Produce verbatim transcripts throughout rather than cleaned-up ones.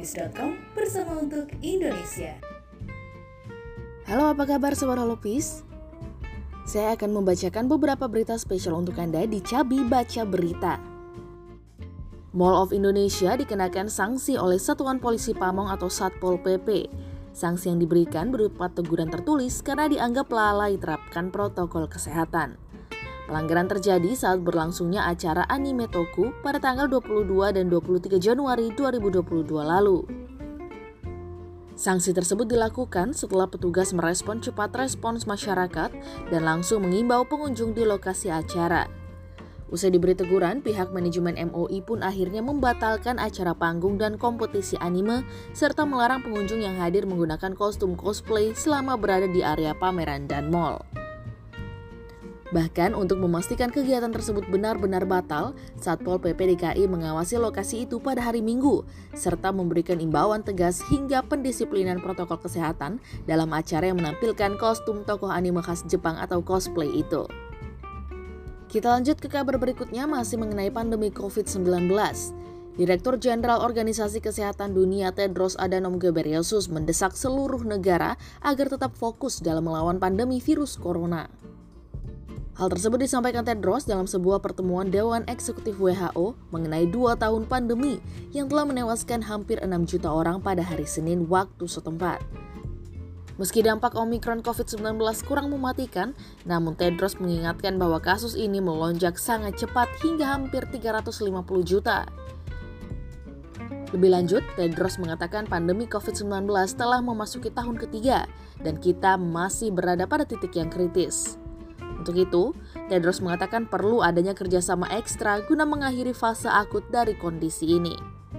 holopis titik com bersama untuk Indonesia. Halo, apa kabar Sobat Holopis? Saya akan membacakan beberapa berita spesial untuk Anda di Cabi Baca Berita. Mall of Indonesia dikenakan sanksi oleh Satuan Polisi Pamong atau Satpol P P. Sanksi yang diberikan berupa teguran tertulis karena dianggap lalai terapkan protokol kesehatan. Pelanggaran terjadi saat berlangsungnya acara Anime Toku pada tanggal dua puluh dua dan dua puluh tiga Januari dua ribu dua puluh dua lalu. Sanksi tersebut dilakukan setelah petugas merespon cepat respons masyarakat dan langsung mengimbau pengunjung di lokasi acara. Usai diberi teguran, pihak manajemen M O I pun akhirnya membatalkan acara panggung dan kompetisi anime serta melarang pengunjung yang hadir menggunakan kostum cosplay selama berada di area pameran dan mall. Bahkan untuk memastikan kegiatan tersebut benar-benar batal, Satpol P P D K I mengawasi lokasi itu pada hari Minggu, serta memberikan imbauan tegas hingga pendisiplinan protokol kesehatan dalam acara yang menampilkan kostum tokoh anime khas Jepang atau cosplay itu. Kita lanjut ke kabar berikutnya masih mengenai pandemi covid sembilan belas. Direktur Jenderal Organisasi Kesehatan Dunia Tedros Adhanom Ghebreyesus mendesak seluruh negara agar tetap fokus dalam melawan pandemi virus corona. Hal tersebut disampaikan Tedros dalam sebuah pertemuan Dewan Eksekutif W H O mengenai dua tahun pandemi yang telah menewaskan hampir enam juta orang pada hari Senin waktu setempat. Meski dampak Omikron covid sembilan belas kurang mematikan, namun Tedros mengingatkan bahwa kasus ini melonjak sangat cepat hingga hampir tiga ratus lima puluh juta. Lebih lanjut, Tedros mengatakan pandemi covid sembilan belas telah memasuki tahun ketiga dan kita masih berada pada titik yang kritis. Untuk itu, Tedros mengatakan perlu adanya kerjasama ekstra guna mengakhiri fase akut dari kondisi ini.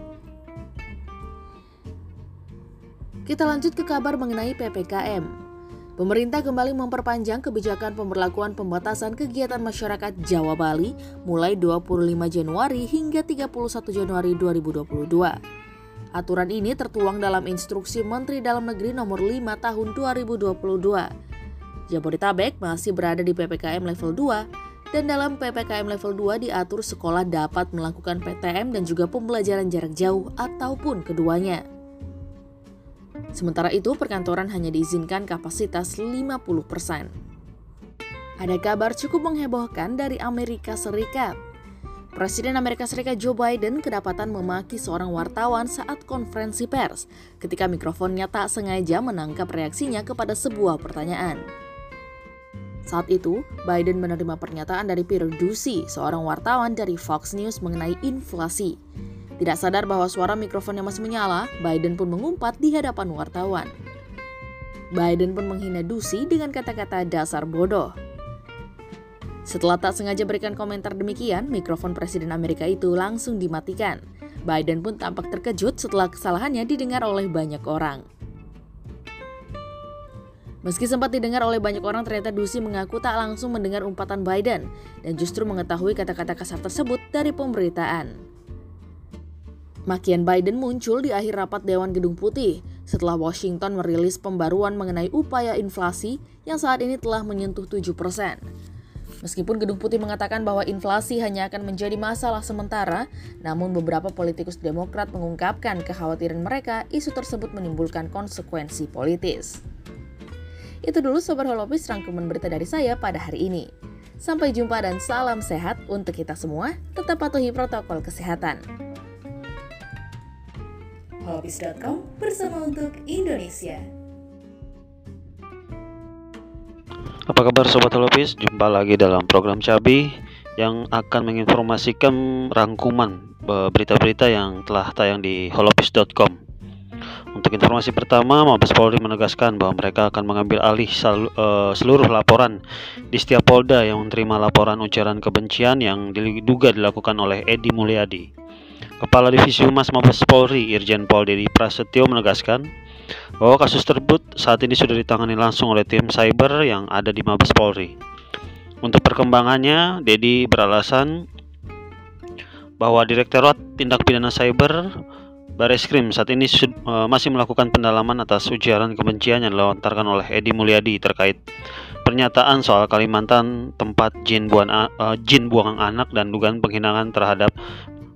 Kita lanjut ke kabar mengenai P P K M. Pemerintah kembali memperpanjang kebijakan pemberlakuan pembatasan kegiatan masyarakat Jawa Bali mulai dua puluh lima Januari hingga tiga puluh satu Januari dua ribu dua puluh dua. Aturan ini tertuang dalam Instruksi Menteri Dalam Negeri Nomor lima Tahun dua ribu dua puluh dua. Jabodetabek masih berada di P P K M level dua, dan dalam P P K M level dua diatur sekolah dapat melakukan P T M dan juga pembelajaran jarak jauh ataupun keduanya. Sementara itu, perkantoran hanya diizinkan kapasitas lima puluh persen. Ada kabar cukup menghebohkan dari Amerika Serikat. Presiden Amerika Serikat Joe Biden kedapatan memaki seorang wartawan saat konferensi pers ketika mikrofonnya tak sengaja menangkap reaksinya kepada sebuah pertanyaan. Saat itu, Biden menerima pernyataan dari Peter Doocy, seorang wartawan dari Fox News mengenai inflasi. Tidak sadar bahwa suara mikrofonnya masih menyala, Biden pun mengumpat di hadapan wartawan. Biden pun menghina Doocy dengan kata-kata dasar bodoh. Setelah tak sengaja berikan komentar demikian, mikrofon Presiden Amerika itu langsung dimatikan. Biden pun tampak terkejut setelah kesalahannya didengar oleh banyak orang. Meski sempat didengar oleh banyak orang, ternyata Doocy mengaku tak langsung mendengar umpatan Biden dan justru mengetahui kata-kata kasar tersebut dari pemberitaan. Makian Biden muncul di akhir rapat Dewan Gedung Putih setelah Washington merilis pembaruan mengenai upaya inflasi yang saat ini telah menyentuh tujuh persen. Meskipun Gedung Putih mengatakan bahwa inflasi hanya akan menjadi masalah sementara, namun beberapa politikus Demokrat mengungkapkan kekhawatiran mereka isu tersebut menimbulkan konsekuensi politis. Itu dulu Sobat Holopis rangkuman berita dari saya pada hari ini. Sampai jumpa dan salam sehat untuk kita semua, tetap patuhi protokol kesehatan. holopis titik com bersama untuk Indonesia. Apa kabar Sobat Holopis? Jumpa lagi dalam program Cabi yang akan menginformasikan rangkuman berita-berita yang telah tayang di holopis titik com. Untuk informasi pertama, Mabes Polri menegaskan bahwa mereka akan mengambil alih sal, uh, seluruh laporan di setiap Polda yang menerima laporan ujaran kebencian yang diduga dilakukan oleh Edi Mulyadi. Kepala Divisi Humas Mabes Polri, Irjen Pol Dedi Prasetyo menegaskan bahwa kasus tersebut saat ini sudah ditangani langsung oleh tim cyber yang ada di Mabes Polri. Untuk perkembangannya, Dedi beralasan bahwa Direktorat Tindak Pidana Cyber Bareskrim saat ini uh, masih melakukan pendalaman atas ujaran kebencian yang dilontarkan oleh Edi Mulyadi terkait pernyataan soal Kalimantan tempat jin buang, uh, jin buang anak dan dugaan penghinaan terhadap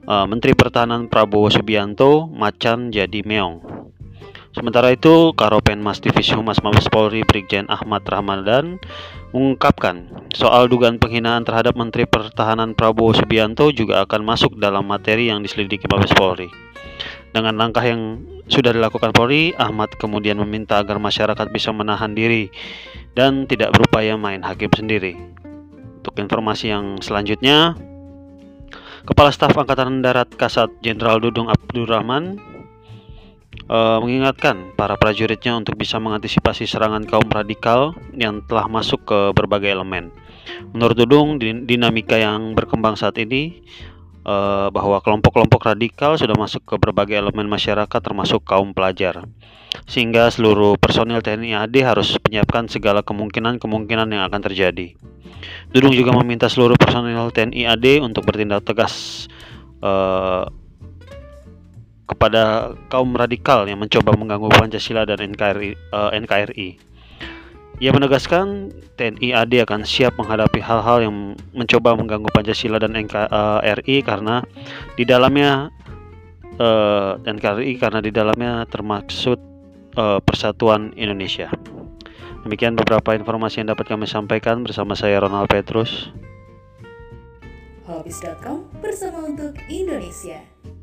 uh, Menteri Pertahanan Prabowo Subianto macan jadi meong. Sementara itu, Karopenmas Divisi Humas Mabes Polri Brigjen Ahmad Ramadan mengungkapkan soal dugaan penghinaan terhadap Menteri Pertahanan Prabowo Subianto juga akan masuk dalam materi yang diselidiki Mabes Polri. Dengan langkah yang sudah dilakukan Polri, Ahmad kemudian meminta agar masyarakat bisa menahan diri dan tidak berupaya main hakim sendiri. Untuk informasi yang selanjutnya, Kepala Staf Angkatan Darat Kasat Jenderal Dudung Abdurrahman uh, mengingatkan para prajuritnya untuk bisa mengantisipasi serangan kaum radikal yang telah masuk ke berbagai elemen. Menurut Dudung, dinamika yang berkembang saat ini uh, bahwa kelompok-kelompok radikal sudah masuk ke berbagai elemen masyarakat termasuk kaum pelajar. Sehingga seluruh personil T N I A D harus menyiapkan segala kemungkinan-kemungkinan yang akan terjadi. Dudung juga meminta seluruh personil T N I A D untuk bertindak tegas uh, kepada kaum radikal yang mencoba mengganggu Pancasila dan N K R I. Uh, N K R I. Ia menegaskan T N I A D akan siap menghadapi hal-hal yang mencoba mengganggu Pancasila dan N K R I karena di dalamnya uh, N K R I karena di dalamnya termaksud uh, Persatuan Indonesia. Demikian beberapa informasi yang dapat kami sampaikan bersama saya Ronald Petrus. holopis titik com bersama untuk Indonesia.